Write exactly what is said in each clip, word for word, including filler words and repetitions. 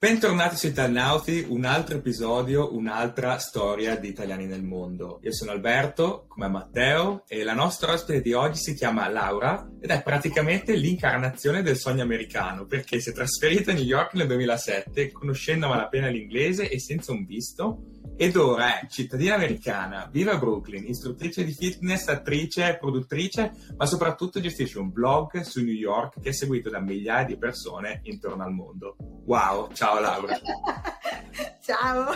Bentornati su Italnauti, un altro episodio, un'altra storia di italiani nel mondo. Io sono Alberto, come Matteo, e la nostra ospite di oggi si chiama Laura ed è praticamente l'incarnazione del sogno americano, perché si è trasferita a New York nel duemilasette, conoscendo a malapena l'inglese e senza un visto, ed ora è cittadina americana, vive a Brooklyn, istruttrice di fitness, attrice, produttrice, ma soprattutto gestisce un blog su New York che è seguito da migliaia di persone intorno al mondo. Wow, ciao Laura. Ciao.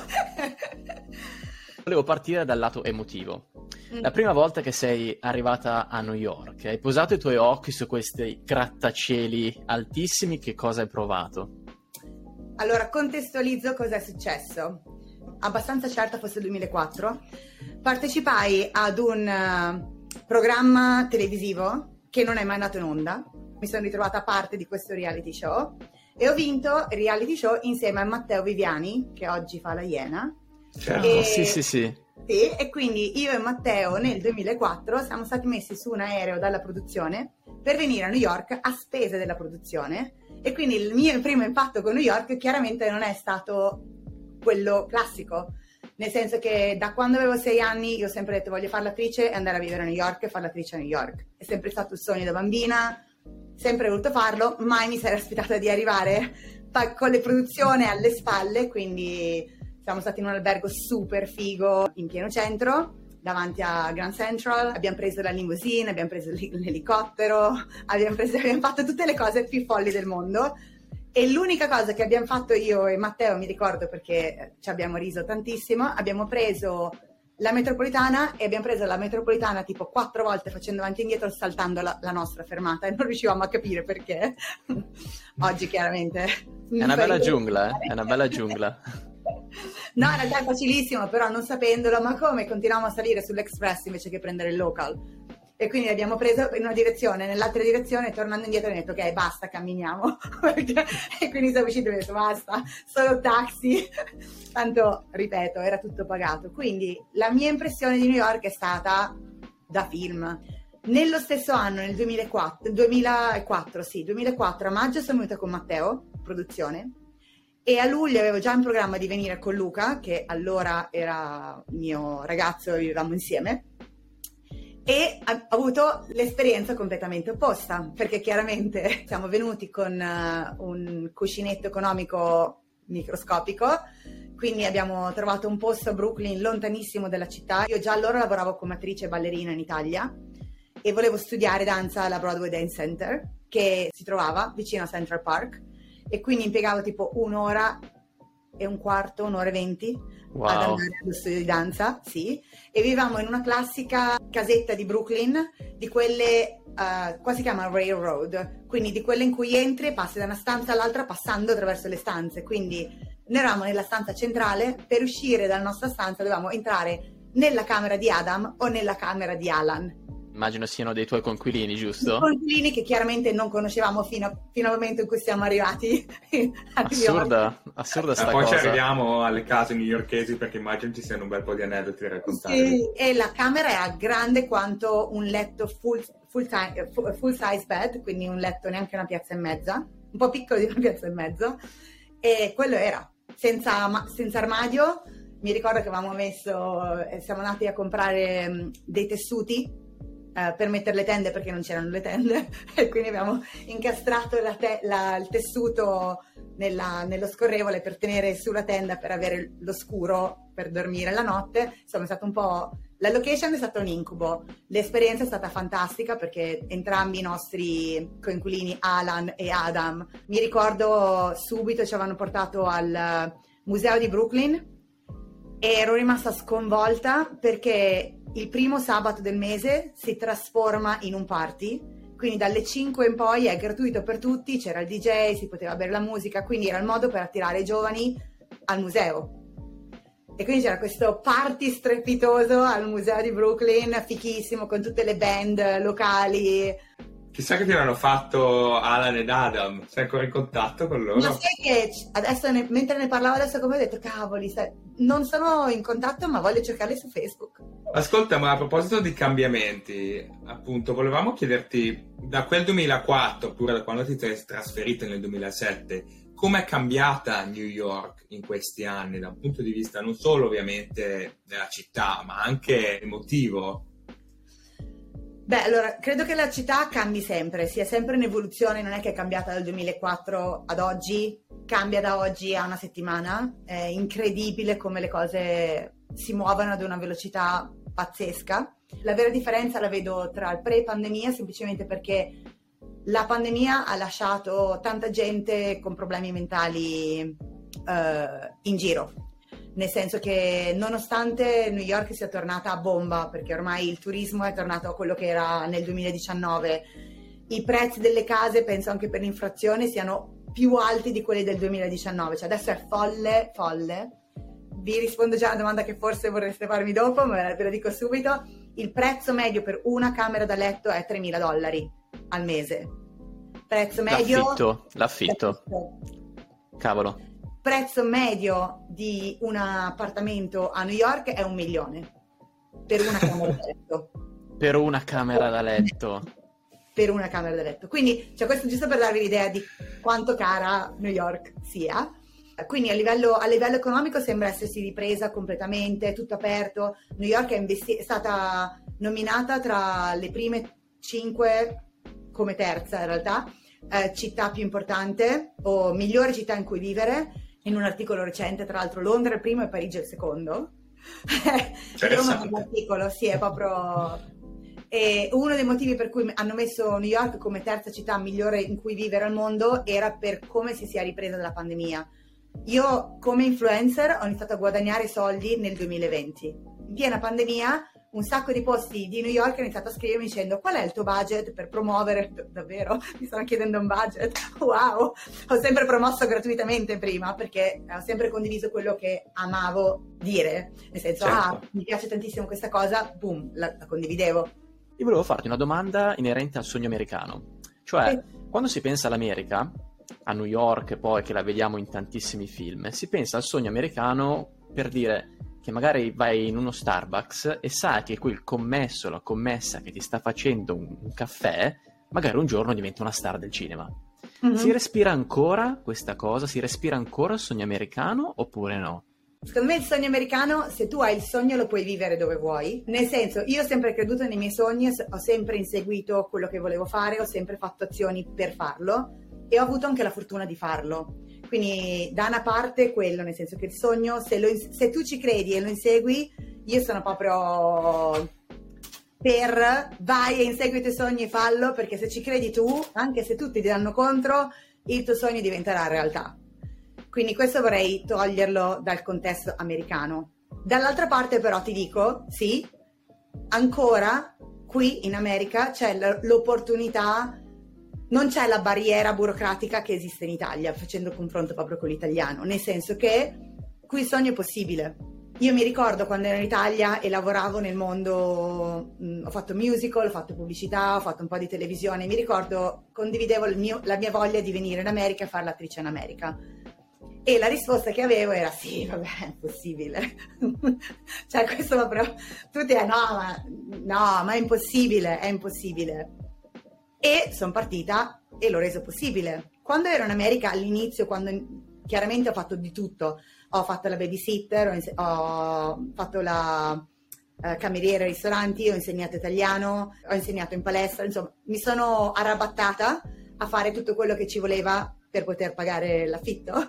Volevo partire dal lato emotivo. La prima volta che sei arrivata a New York, hai posato i tuoi occhi su questi grattacieli altissimi, che cosa hai provato? Allora, contestualizzo cosa è successo. Abbastanza certa fosse il duemilaquattro. Partecipai ad un uh, programma televisivo che non è mai andato in onda. Mi sono ritrovata parte di questo reality show e ho vinto il reality show insieme a Matteo Viviani, che oggi fa la Iena. Certo, e... sì, sì, sì. Sì, e quindi io e Matteo nel duemilaquattro siamo stati messi su un aereo dalla produzione per venire a New York a spese della produzione, e quindi il mio primo impatto con New York chiaramente non è stato quello classico, nel senso che da quando avevo sei anni io ho sempre detto voglio fare l'attrice e andare a vivere a New York e fare l'attrice a New York. È sempre stato il sogno da bambina, sempre voluto farlo, mai mi sarei aspettata di arrivare con le produzioni alle spalle, quindi siamo stati in un albergo super figo in pieno centro, davanti a Grand Central, abbiamo preso la limousine, abbiamo preso l'elicottero, abbiamo, preso, abbiamo fatto tutte le cose più folli del mondo. E l'unica cosa che abbiamo fatto io e Matteo, mi ricordo perché ci abbiamo riso tantissimo, abbiamo preso la metropolitana e abbiamo preso la metropolitana tipo quattro volte facendo avanti e indietro, saltando la, la nostra fermata, e non riuscivamo a capire perché. Oggi chiaramente... È una bella giungla, eh? È una bella giungla. No, in realtà è facilissimo, però non sapendolo, ma come continuiamo a salire sull'Express invece che prendere il local? E quindi abbiamo preso in una direzione, nell'altra direzione, tornando indietro abbiamo detto ok, basta, camminiamo. E quindi siamo usciti e abbiamo detto basta, solo taxi. Tanto, ripeto, era tutto pagato. Quindi la mia impressione di New York è stata da film. Nello stesso anno, nel duemilaquattro, duemilaquattro, sì, duemilaquattro, a maggio sono venuta con Matteo, produzione, e a luglio avevo già in programma di venire con Luca, che allora era il mio ragazzo e vivevamo insieme. E ho avuto l'esperienza completamente opposta, perché chiaramente siamo venuti con uh, un cuscinetto economico microscopico, quindi abbiamo trovato un posto a Brooklyn lontanissimo dalla città. Io già allora lavoravo come attrice e ballerina in Italia e volevo studiare danza alla Broadway Dance Center, che si trovava vicino a Central Park, e quindi impiegavo tipo un'ora e un quarto, un'ora e venti wow. ad andare allo studio di danza, sì, e vivevamo in una classica casetta di Brooklyn, di quelle, uh, qua si chiama railroad, quindi di quelle in cui entri e passi da una stanza all'altra passando attraverso le stanze, quindi noi eravamo nella stanza centrale, per uscire dalla nostra stanza dovevamo entrare nella camera di Adam o nella camera di Alan. Immagino siano dei tuoi coinquilini, giusto? I coinquilini che chiaramente non conoscevamo fino, fino al momento in cui siamo arrivati. Assurda, assurda sta poi cosa. Poi ci arriviamo alle case newyorkesi, perché immagino ci siano un bel po' di aneddoti da raccontare. Sì, e la camera era grande quanto un letto full, full, time, full size bed, quindi un letto neanche una piazza e mezza, un po' piccolo di una piazza e mezzo, e quello era, senza, senza armadio. Mi ricordo che avevamo messo, siamo andati a comprare um, dei tessuti Uh, per mettere le tende, perché non c'erano le tende, e quindi abbiamo incastrato la te- la, il tessuto nella, nello scorrevole per tenere sulla tenda, per avere lo scuro per dormire la notte. Insomma, è stato un po'... La location è stata un incubo, l'esperienza è stata fantastica perché entrambi i nostri coinquilini, Alan e Adam, mi ricordo subito ci avevano portato al museo di Brooklyn e ero rimasta sconvolta perché il primo sabato del mese si trasforma in un party, quindi dalle cinque in poi è gratuito per tutti, c'era il D J, si poteva bere la musica, quindi era il modo per attirare i giovani al museo. E quindi c'era questo party strepitoso al museo di Brooklyn, fichissimo, con tutte le band locali. Chissà che ti hanno fatto Alan ed Adam, sei ancora in contatto con loro? Ma sai che adesso, ne, mentre ne parlavo adesso, come ho detto, cavoli, sai, non sono in contatto, ma voglio cercarli su Facebook. Ascolta, ma a proposito di cambiamenti, appunto, volevamo chiederti, da quel duemilaquattro, oppure da quando ti sei trasferita nel duemilasette, come è cambiata New York in questi anni, da un punto di vista non solo ovviamente della città, ma anche emotivo? Beh, allora, credo che la città cambi sempre, sia sempre in evoluzione, non è che è cambiata dal duemilaquattro ad oggi, cambia da oggi a una settimana, è incredibile come le cose si muovono ad una velocità pazzesca. La vera differenza la vedo tra il pre-pandemia, semplicemente perché la pandemia ha lasciato tanta gente con problemi mentali eh, in giro. Nel senso che nonostante New York sia tornata a bomba, perché ormai il turismo è tornato a quello che era nel duemiladiciannove, i prezzi delle case, penso anche per l'inflazione, siano più alti di quelli del duemiladiciannove, cioè adesso è folle, folle. Vi rispondo già alla domanda che forse vorreste farmi dopo, ma ve la dico subito. Il prezzo medio per una camera da letto è tremila dollari al mese. Prezzo medio... L'affitto, l'affitto. Cavolo. Prezzo medio di un appartamento a New York è un milione per una camera da letto. Per una camera da letto. Per una camera da letto. Quindi, cioè, questo giusto per darvi l'idea di quanto cara New York sia. Quindi a livello, a livello economico sembra essersi ripresa completamente, tutto aperto. New York è, investi- è stata nominata tra le prime cinque, come terza in realtà, eh, città più importante o migliore città in cui vivere. In un articolo recente, tra l'altro, Londra è il primo e Parigi è il secondo. Roma è un articolo, sì, è proprio... E uno dei motivi per cui hanno messo New York come terza città migliore in cui vivere al mondo era per come si sia ripresa dalla pandemia. Io, come influencer, ho iniziato a guadagnare soldi nel duemilaventi. In piena pandemia, un sacco di posti di New York hanno iniziato a scrivermi dicendo: qual è il tuo budget per promuovere? Davvero? Mi stanno chiedendo un budget? Wow! Ho sempre promosso gratuitamente prima, perché ho sempre condiviso quello che amavo dire. Nel senso, certo. ah, mi piace tantissimo questa cosa, boom, la, la condividevo. Io volevo farti una domanda inerente al sogno americano. Cioè, sì. Quando si pensa all'America, a New York poi, che la vediamo in tantissimi film, si pensa al sogno americano per dire... che magari vai in uno Starbucks e sai che quel commesso, la commessa che ti sta facendo un, un caffè, magari un giorno diventa una star del cinema. Mm-hmm. Si respira ancora questa cosa? Si respira ancora il sogno americano oppure no? Secondo me il sogno americano, se tu hai il sogno lo puoi vivere dove vuoi. Nel senso, io ho sempre creduto nei miei sogni, ho sempre inseguito quello che volevo fare, ho sempre fatto azioni per farlo e ho avuto anche la fortuna di farlo. Quindi da una parte quello, nel senso che il sogno, se, lo, se tu ci credi e lo insegui, io sono proprio per vai e insegui i tuoi sogni e fallo, perché se ci credi tu, anche se tutti ti danno contro, il tuo sogno diventerà realtà. Quindi questo vorrei toglierlo dal contesto americano. Dall'altra parte però ti dico, sì, ancora qui in America c'è l'opportunità. Non c'è la barriera burocratica che esiste in Italia, facendo confronto proprio con l'italiano, nel senso che qui il sogno è possibile. Io mi ricordo quando ero in Italia e lavoravo nel mondo, mh, ho fatto musical, ho fatto pubblicità, ho fatto un po' di televisione, mi ricordo, condividevo il mio, la mia voglia di venire in America e fare l'attrice in America. E la risposta che avevo era sì, vabbè, è possibile. Cioè questo proprio, tutti è no, ma, no, ma è impossibile, è impossibile. E sono partita e l'ho reso possibile. Quando ero in America all'inizio, quando chiaramente ho fatto di tutto, ho fatto la babysitter, ho, ins- ho fatto la uh, cameriera ai ristoranti, ho insegnato italiano, ho insegnato in palestra, insomma mi sono arrabattata a fare tutto quello che ci voleva per poter pagare l'affitto.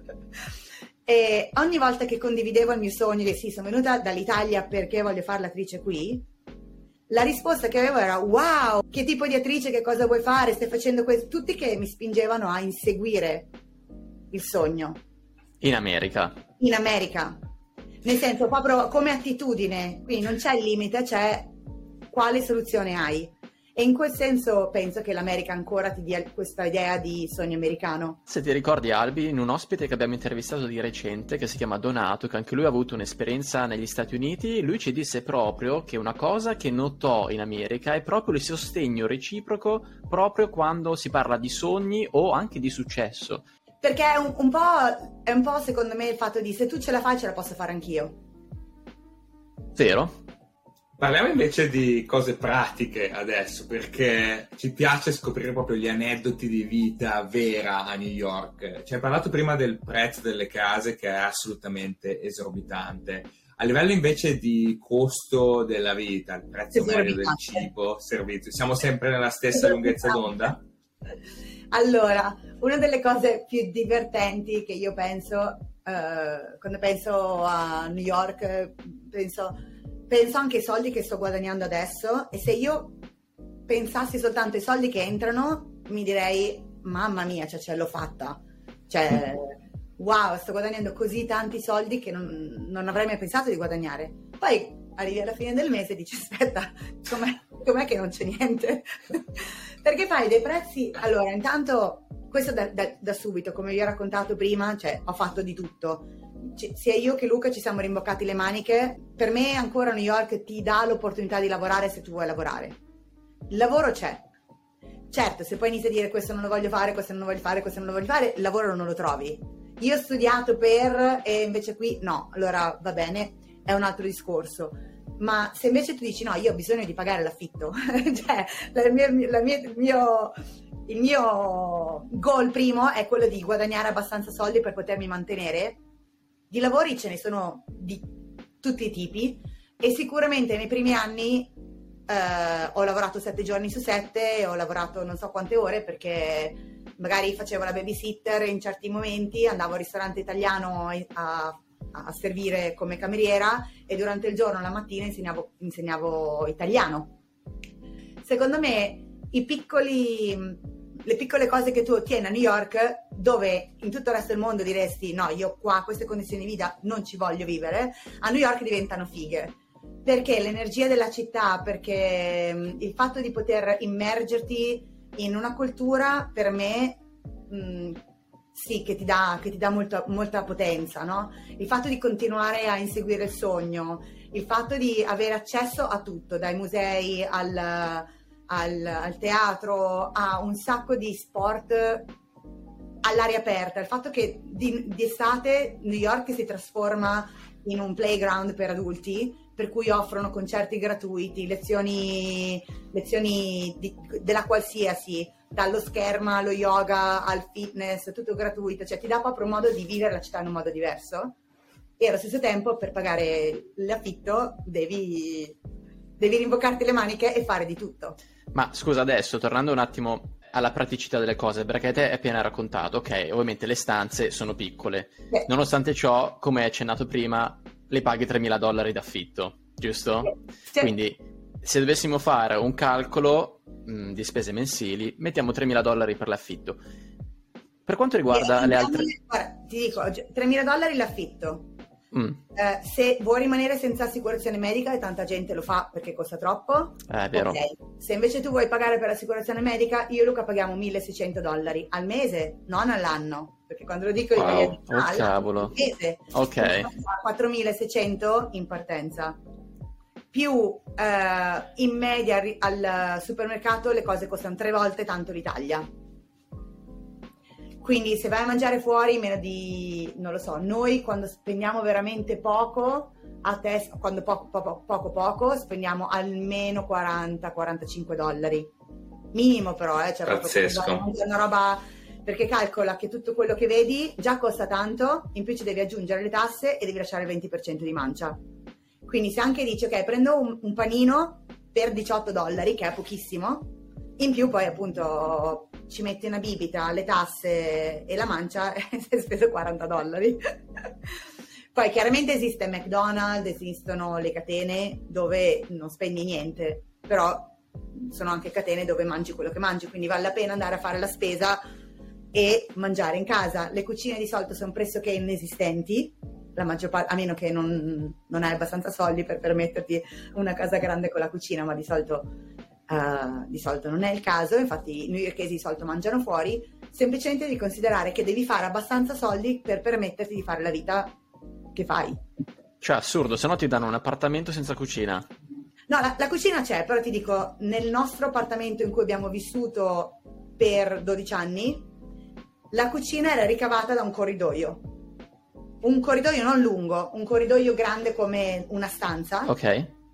E ogni volta che condividevo il mio sogno di sì, sono venuta dall'Italia perché voglio fare l'attrice qui, la risposta che avevo era wow, che tipo di attrice, che cosa vuoi fare, stai facendo questo, tutti che mi spingevano a inseguire il sogno. In America. In America. Nel senso, proprio come attitudine, quindi non c'è il limite, c'è quale soluzione hai. E in quel senso penso che l'America ancora ti dia questa idea di sogno americano. Se ti ricordi, Albi, in un ospite che abbiamo intervistato di recente, che si chiama Donato, che anche lui ha avuto un'esperienza negli Stati Uniti, lui ci disse proprio che una cosa che notò in America è proprio il sostegno reciproco proprio quando si parla di sogni o anche di successo. Perché è un, un po', è un po' secondo me il fatto di se tu ce la fai ce la posso fare anch'io. Vero? Parliamo invece di cose pratiche adesso, perché ci piace scoprire proprio gli aneddoti di vita vera a New York. Ci hai parlato prima del prezzo delle case, che è assolutamente esorbitante. A livello invece di costo della vita, il prezzo medio del cibo, servizio, siamo sempre nella stessa lunghezza d'onda? Allora, una delle cose più divertenti che io penso, eh, quando penso a New York, penso, penso anche ai soldi che sto guadagnando adesso, e se io pensassi soltanto ai soldi che entrano, mi direi, mamma mia, cioè ce l'ho fatta. Cioè, wow, sto guadagnando così tanti soldi che non, non avrei mai pensato di guadagnare. Poi arrivi alla fine del mese e dici, aspetta, com'è, com'è che non c'è niente? Perché fai dei prezzi. Allora, intanto, questo da, da, da subito, come vi ho raccontato prima, cioè ho fatto di tutto. C- sia io che Luca ci siamo rimboccati le maniche. Per me ancora New York ti dà l'opportunità di lavorare se tu vuoi lavorare. Il lavoro c'è. Certo, se poi inizi a dire questo non lo voglio fare, questo non lo voglio fare, questo non lo voglio fare, il lavoro non lo trovi. Io ho studiato per, e invece qui no, allora va bene, è un altro discorso. Ma se invece tu dici no, io ho bisogno di pagare l'affitto, cioè la mia, la mia, il, mio, il mio goal primo è quello di guadagnare abbastanza soldi per potermi mantenere, di lavori ce ne sono di tutti i tipi, e sicuramente nei primi anni eh, ho lavorato sette giorni su sette, ho lavorato non so quante ore, perché magari facevo la babysitter in certi momenti, andavo al ristorante italiano a a servire come cameriera, e durante il giorno, la mattina, insegnavo, insegnavo italiano. Secondo me i piccoli, le piccole cose che tu ottieni a New York, dove in tutto il resto del mondo diresti no, io qua queste condizioni di vita non ci voglio vivere, a New York diventano fighe, perché l'energia della città, perché il fatto di poter immergerti in una cultura, per me mh, sì, che ti dà, che ti dà molta, molta potenza, no? Il fatto di continuare a inseguire il sogno, il fatto di avere accesso a tutto, dai musei al, al, al teatro, a un sacco di sport all'aria aperta, il fatto che di, di estate New York si trasforma in un playground per adulti, per cui offrono concerti gratuiti, lezioni, lezioni di, della qualsiasi, dallo scherma allo yoga al fitness, tutto gratuito, cioè ti dà proprio modo di vivere la città in un modo diverso, e allo stesso tempo per pagare l'affitto devi, devi rimboccarti le maniche e fare di tutto. Ma scusa, adesso tornando un attimo alla praticità delle cose, perché te hai appena raccontato, ok, ovviamente le stanze sono piccole, Beh. nonostante ciò, come hai accennato prima, le paghi tremila dollari d'affitto, giusto? Sì. Quindi se dovessimo fare un calcolo mh, di spese mensili, mettiamo tremila dollari per l'affitto. Per quanto riguarda eh, le altre... Guarda, ti dico, tremila dollari l'affitto. Mm. Eh, se vuoi rimanere senza assicurazione medica, e tanta gente lo fa perché costa troppo, eh, è vero. Okay. Se invece tu vuoi pagare per l'assicurazione medica, io e Luca paghiamo milleseicento dollari al mese, non all'anno, perché quando lo dico wow. io oh, al cavolo. mese, ok, quattromilaseicento in partenza, più eh, in media al supermercato le cose costano tre volte tanto l'Italia. Quindi se vai a mangiare fuori meno di, non lo so, noi quando spendiamo veramente poco, a testa, quando poco poco, poco poco, spendiamo almeno quaranta quarantacinque dollari. Minimo però, eh, cioè pazzesco. Proprio una roba, perché calcola che tutto quello che vedi già costa tanto, in più ci devi aggiungere le tasse e devi lasciare il venti per cento di mancia. Quindi se anche dici, ok, prendo un, un panino per diciotto dollari, che è pochissimo, in più poi appunto ci metti una bibita, le tasse e la mancia e sei speso quaranta dollari. Poi chiaramente esiste McDonald's, esistono le catene dove non spendi niente, però sono anche catene dove mangi quello che mangi, quindi vale la pena andare a fare la spesa e mangiare in casa. Le cucine di solito sono pressoché inesistenti, la maggior parte, a meno che non, non hai abbastanza soldi per permetterti una casa grande con la cucina, ma di solito Uh, di solito non è il caso. Infatti i newyorkesi di solito mangiano fuori, semplicemente devi considerare che devi fare abbastanza soldi per permetterti di fare la vita che fai. Cioè assurdo, se no ti danno un appartamento senza cucina. No, la, la cucina c'è, però ti dico, nel nostro appartamento in cui abbiamo vissuto per dodici anni, la cucina era ricavata da un corridoio, un corridoio non lungo, un corridoio grande come una stanza. Ok.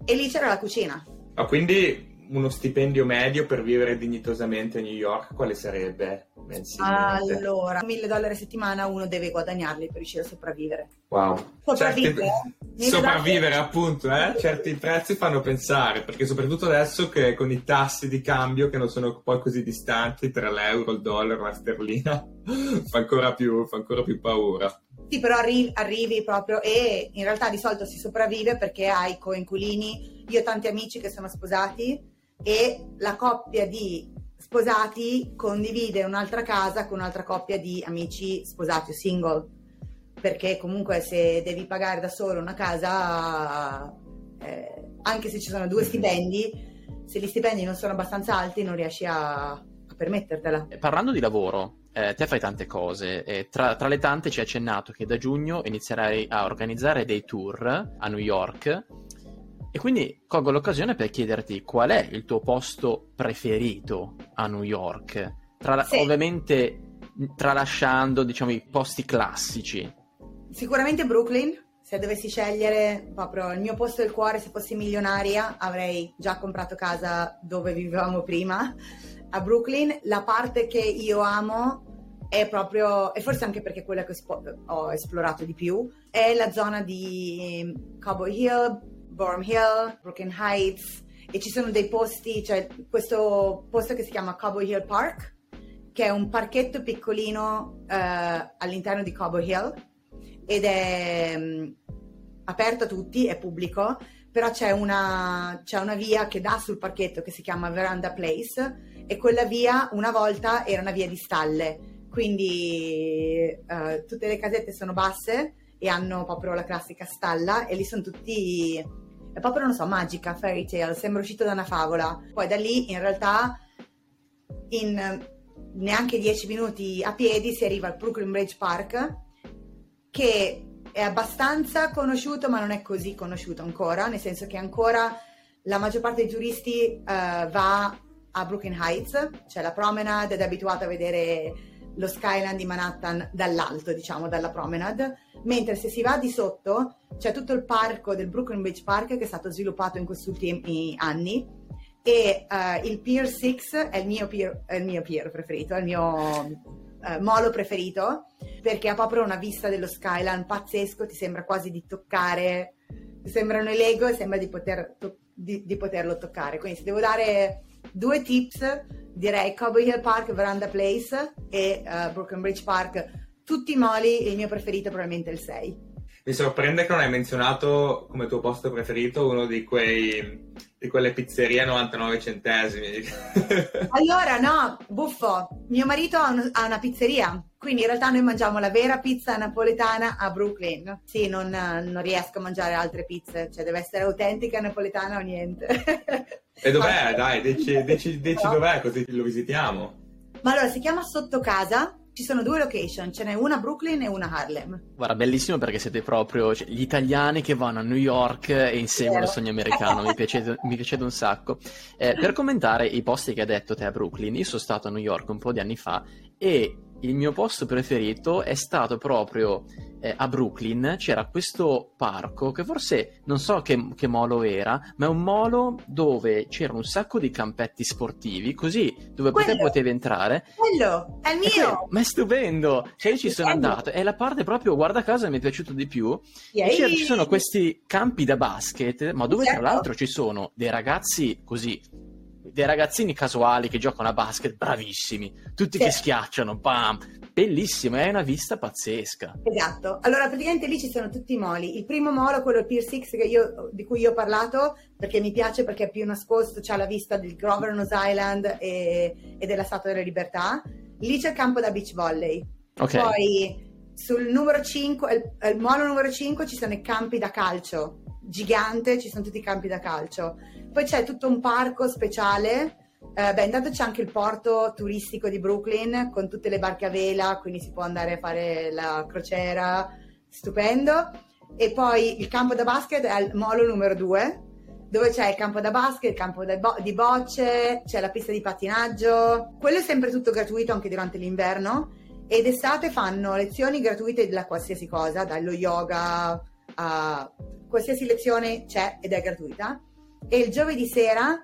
e lì c'era la cucina. Ma quindi uno stipendio medio per vivere dignitosamente a New York quale sarebbe mensilmente? Allora, mille dollari a settimana uno deve guadagnarli per riuscire a sopravvivere. Wow. Sopravvivere, Certi... sopravvivere appunto, eh? Certi prezzi fanno pensare, perché soprattutto adesso che con i tassi di cambio che non sono poi così distanti tra l'euro, il dollaro, la sterlina, fa ancora più, fa ancora più paura. Sì, però arri- arrivi proprio e in realtà di solito si sopravvive perché hai coinquilini. Io ho tanti amici che sono sposati e la coppia di sposati condivide un'altra casa con un'altra coppia di amici sposati o single, perché comunque se devi pagare da solo una casa, eh, anche se ci sono due stipendi, se gli stipendi non sono abbastanza alti non riesci a, a permettertela. Parlando di lavoro, eh, te fai tante cose e tra, tra le tante ci hai accennato che da giugno inizierai a organizzare dei tour a New York. E quindi colgo l'occasione per chiederti qual è il tuo posto preferito a New York, tra, sì. ovviamente tralasciando, diciamo, i posti classici. Sicuramente Brooklyn, se dovessi scegliere proprio il mio posto del cuore, se fossi milionaria avrei già comprato casa dove vivevamo prima, a Brooklyn. La parte che io amo è proprio, e forse anche perché è quella che ho esplorato di più, è la zona di Cobble Hill, Boerum Hill, Brooklyn Heights, e ci sono dei posti, cioè questo posto che si chiama Cobble Hill Park, che è un parchetto piccolino eh, all'interno di Cobble Hill ed è mh, aperto a tutti, è pubblico, però c'è una, c'è una via che dà sul parchetto che si chiama Veranda Place e quella via una volta era una via di stalle, quindi eh, tutte le casette sono basse e hanno proprio la classica stalla e lì sono tutti... È proprio, non so, magica, fairy tale, sembra uscito da una favola. Poi da lì, in realtà, in neanche dieci minuti a piedi si arriva al Brooklyn Bridge Park, che è abbastanza conosciuto, ma non è così conosciuto ancora, nel senso che ancora la maggior parte dei turisti uh, va a Brooklyn Heights, cioè la promenade, ed è abituato a vedere lo skyline di Manhattan dall'alto, diciamo, dalla promenade, mentre se si va di sotto c'è tutto il parco del Brooklyn Bridge Park che è stato sviluppato in questi ultimi anni e uh, il Pier sei è il mio pier, è il mio pier preferito, è il mio uh, molo preferito, perché ha proprio una vista dello skyline pazzesco, ti sembra quasi di toccare, ti sembrano i Lego e sembra di, poter to- di, di poterlo toccare. Quindi se devo dare due tips direi Cobble Hill Park, Veranda Place e uh, Brooklyn Bridge Park, tutti i moli. Il mio preferito è probabilmente il sei. Mi sorprende che non hai menzionato come tuo posto preferito uno di quei di quelle pizzerie a novantanove centesimi. Allora no, buffo, mio marito ha, un, ha una pizzeria, quindi in realtà noi mangiamo la vera pizza napoletana a Brooklyn. Sì, non, non riesco a mangiare altre pizze, cioè deve essere autentica napoletana o niente. E dov'è? Dai, dici, dici, dici no. Dov'è, così lo visitiamo. Ma allora, si chiama Sotto Casa. Ci sono due location, ce n'è una a Brooklyn e una a Harlem. Guarda, bellissimo perché siete proprio, cioè, gli italiani che vanno a New York e inseguono il sogno americano, mi piace, mi piace un sacco. Eh, per commentare i posti che hai detto te a Brooklyn, io sono stato a New York un po' di anni fa e il mio posto preferito è stato proprio eh, a Brooklyn. C'era questo parco che forse non so che, che molo era, ma è un molo dove c'erano un sacco di campetti sportivi, così dove quello, te potevi entrare. Quello è il mio! Quello, ma è stupendo! Cioè io ci sono andato e la parte proprio, guarda caso, mi è piaciuto di più. Yay. E ci sono questi campi da basket, ma dove certo. tra l'altro ci sono dei ragazzi così, dei ragazzini casuali che giocano a basket bravissimi, tutti sì. che schiacciano, bam, bellissimo, è una vista pazzesca. Esatto, allora praticamente lì ci sono tutti i moli. Il primo molo, quello il Pier sei che io, di cui io ho parlato, perché mi piace, perché è più nascosto, c'ha la vista del Governor's Island e, e della Statua della Libertà. Lì c'è il campo da beach volley. Okay. Poi sul numero cinque, il, il molo numero cinque ci sono i campi da calcio, gigante, ci sono tutti i campi da calcio. Poi c'è tutto un parco speciale, eh, beh intanto c'è anche il porto turistico di Brooklyn con tutte le barche a vela, quindi si può andare a fare la crociera, stupendo. E poi il campo da basket è il molo numero due, dove c'è il campo da basket, il campo bo- di bocce, c'è la pista di pattinaggio. Quello è sempre tutto gratuito anche durante l'inverno, ed estate fanno lezioni gratuite della qualsiasi cosa, dallo yoga a qualsiasi lezione c'è ed è gratuita. e il giovedì sera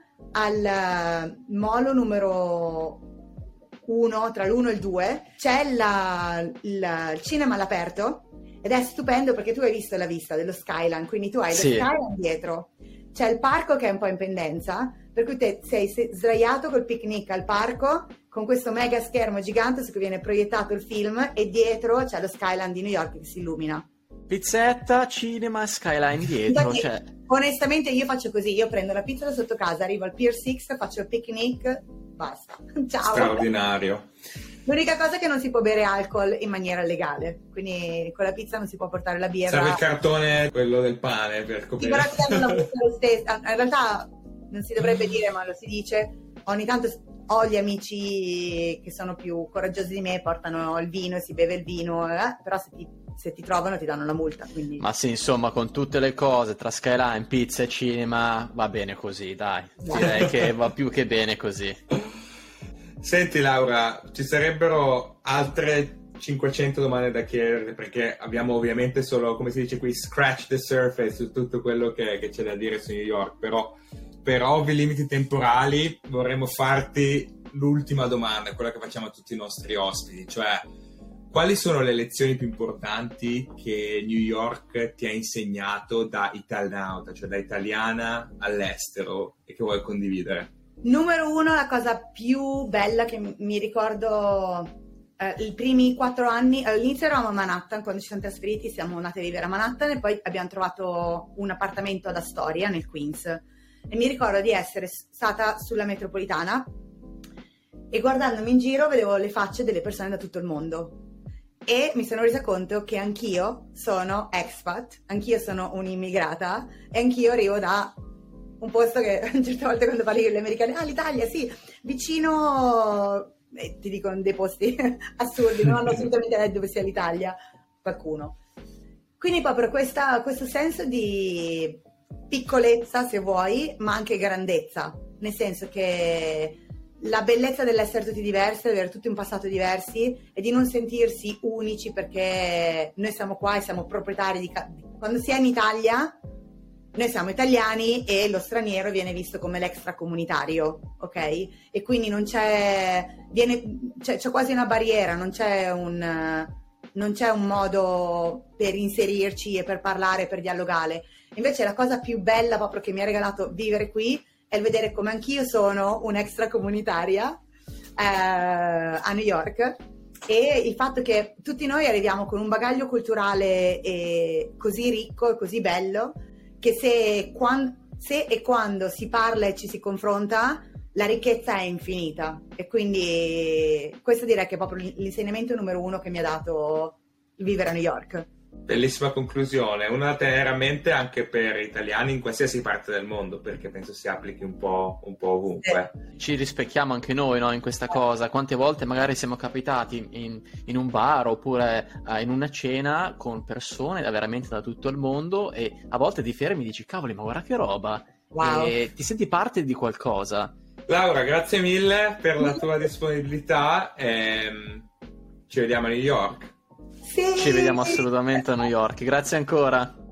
al uh, molo numero uno, tra l'uno e il due, c'è la, la, il cinema all'aperto ed è stupendo perché tu hai visto la vista dello Skyline, quindi tu hai sì. lo Skyline dietro, c'è il parco che è un po' in pendenza, per cui te sei, sei sdraiato col picnic al parco con questo mega schermo gigante su cui viene proiettato il film e dietro c'è lo Skyline di New York che si illumina. Pizzetta, cinema, Skyline dietro. Infatti, cioè... onestamente io faccio così, io prendo la pizza da sotto casa, arrivo al Pier sei, faccio il picnic, basta, ciao. Straordinario. L'unica cosa è che non si può bere alcol in maniera legale, quindi con la pizza non si può portare la birra. Serve il cartone, quello del pane, per coprire. Sì, però ti danno la busta lo stesso. In realtà non si dovrebbe dire, ma lo si dice. Ogni tanto ho gli amici che sono più coraggiosi di me, portano il vino e si beve il vino, eh? Però se ti, se ti trovano ti danno la multa. Quindi... Ma sì, insomma, con tutte le cose, tra Skyline, pizza e cinema, va bene così, dai. Direi che va più che bene così. Senti Laura, ci sarebbero altre cinquecento domande da chiedere perché abbiamo ovviamente solo, come si dice qui, scratch the surface su tutto quello che, che c'è da dire su New York, però per ovvi limiti temporali vorremmo farti l'ultima domanda, quella che facciamo a tutti i nostri ospiti, cioè quali sono le lezioni più importanti che New York ti ha insegnato da italianauta, cioè da italiana all'estero e che vuoi condividere? Numero uno, la cosa più bella che mi ricordo, eh, i primi quattro anni, all'inizio eravamo a Manhattan, quando ci siamo trasferiti siamo andati a vivere a Manhattan e poi abbiamo trovato un appartamento ad Astoria, nel Queens, e mi ricordo di essere stata sulla metropolitana e guardandomi in giro vedevo le facce delle persone da tutto il mondo e mi sono resa conto che anch'io sono expat, anch'io sono un'immigrata e anch'io arrivo da un posto che a certe volte quando parli con gli americani, ah l'Italia sì, vicino, eh, ti dicono dei posti assurdi, non hanno assolutamente idea dove sia l'Italia, qualcuno. Quindi proprio questa, questo senso di piccolezza se vuoi, ma anche grandezza, nel senso che la bellezza dell'essere tutti diversi, di avere tutti un passato diversi e di non sentirsi unici perché noi siamo qua e siamo proprietari di... Ca- quando si è in Italia... Noi siamo italiani e lo straniero viene visto come l'extracomunitario, ok? E quindi non c'è, viene, c'è, c'è quasi una barriera, non c'è un, non c'è un modo per inserirci e per parlare, per dialogare. Invece la cosa più bella proprio che mi ha regalato vivere qui è il vedere come anch'io sono un'extracomunitaria eh, a New York e il fatto che tutti noi arriviamo con un bagaglio culturale e così ricco e così bello che se, quando, se e quando si parla e ci si confronta, la ricchezza è infinita. E quindi questo direi che è proprio l'insegnamento numero uno che mi ha dato il vivere a New York. Bellissima conclusione, una da tenere a mente anche per italiani in qualsiasi parte del mondo, perché penso si applichi un po', un po' ovunque. Sì. Ci rispecchiamo anche noi, no, in questa cosa. Quante volte magari siamo capitati in, in un bar oppure uh, in una cena con persone da veramente da tutto il mondo e a volte ti fermi e dici cavoli ma guarda che roba, wow. E ti senti parte di qualcosa. Laura, grazie mille per la tua disponibilità e ci vediamo a New York. Sì. Ci vediamo assolutamente a New York. Grazie ancora.